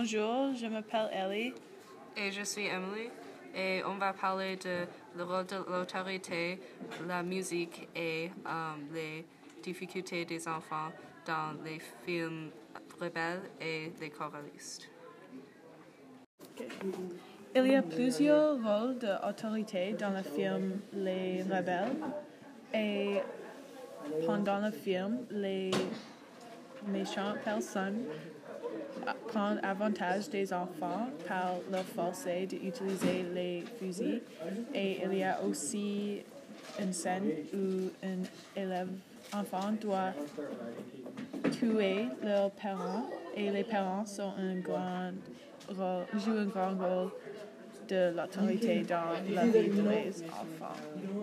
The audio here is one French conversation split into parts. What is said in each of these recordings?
Bonjour, je m'appelle Ellie. Et je suis Emily. Et on va parler de le rôle de l'autorité, la musique et les difficultés des enfants dans les films rebelles et les choralistes. Okay. Il y a plusieurs rôles d'autorité dans le film Les Rebelles et pendant le film, les méchantes personnes prennent avantage des enfants par leur forcer d'utiliser les fusils et il y a aussi une scène où un élève enfant doit tuer leurs parents et les parents jouent un grand rôle de l'autorité dans la vie des enfants.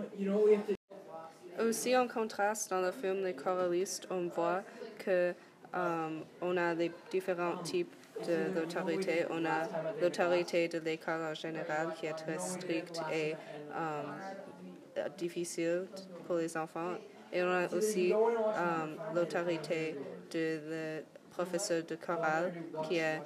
Aussi, en contraste, dans le film Les choralistes, on voit que on a les différents types de l'autorité. On a l'autorité de l'école en général qui est très stricte et difficile pour les enfants. Et on a aussi l'autorité de le professeur de chorale qui est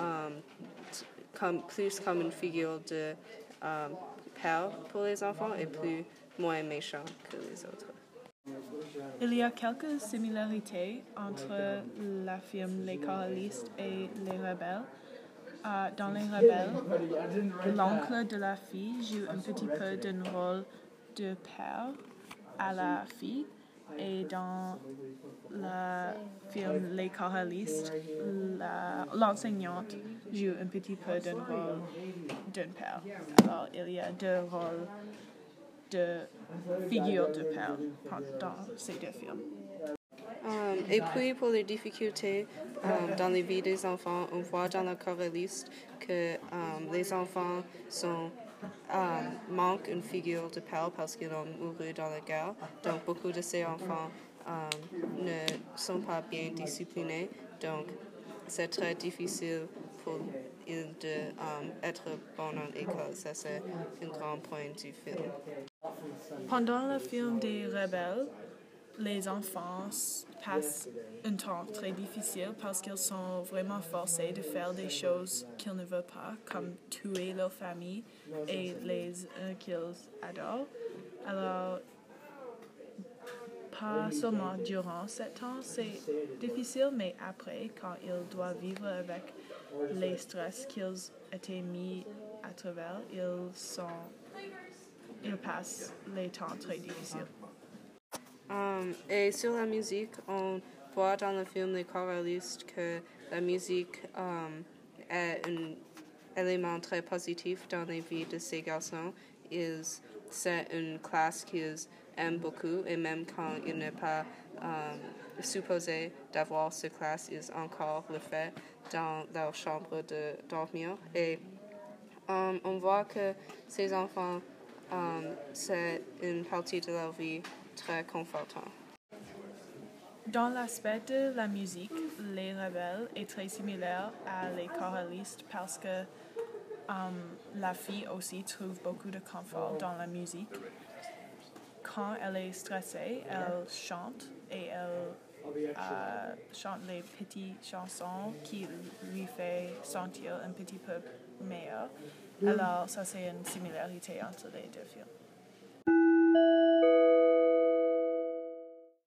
plus comme une figure de père pour les enfants et moins méchant que les autres. Il y a quelques similarités entre la film Les choralistes et Les rebelles. Dans Les rebelles, l'oncle de la fille joue un petit peu d'un rôle de père à la fille. Et dans le film Les choralistes, l'enseignante joue un petit peu d'un rôle d'un père. Alors, il y a deux rôles de figure de père dans ces deux films. Et puis pour les difficultés dans les vies des enfants, on voit dans le choraliste que les enfants manquent une figure de père parce qu'ils ont mouru dans la guerre. Donc beaucoup de ces enfants ne sont pas bien disciplinés. Donc c'est très difficile pour eux d'être bons en école. Ça c'est un grand point du film. Pendant le film des rebelles, les enfants passent un temps très difficile parce qu'ils sont vraiment forcés de faire des choses qu'ils ne veulent pas, comme tuer leur famille et les qu'ils adorent. Alors, pas seulement durant ce temps, c'est difficile, mais après, quand ils doivent vivre avec les stress qu'ils étaient mis à travers, ils passent les temps très difficiles. Et sur la musique, on voit dans le film Les choralistes que la musique est un élément très positif dans la vie de ces garçons. C'est une classe qu'ils aiment beaucoup et même quand il n'est pas supposé d'avoir cette classe, ils encore le font dans leur chambre de dormir. Et on voit que ces enfants, c'est une partie de leur vie très confortant. Dans l'aspect de la musique, Les Rebelles est très similaire à Les choralistes parce que la fille aussi trouve beaucoup de confort dans la musique. Quand elle est stressée, elle chante et elle chante les petites chansons qui lui fait sentir un petit peu meilleur. Alors ça c'est une similarité entre les deux films.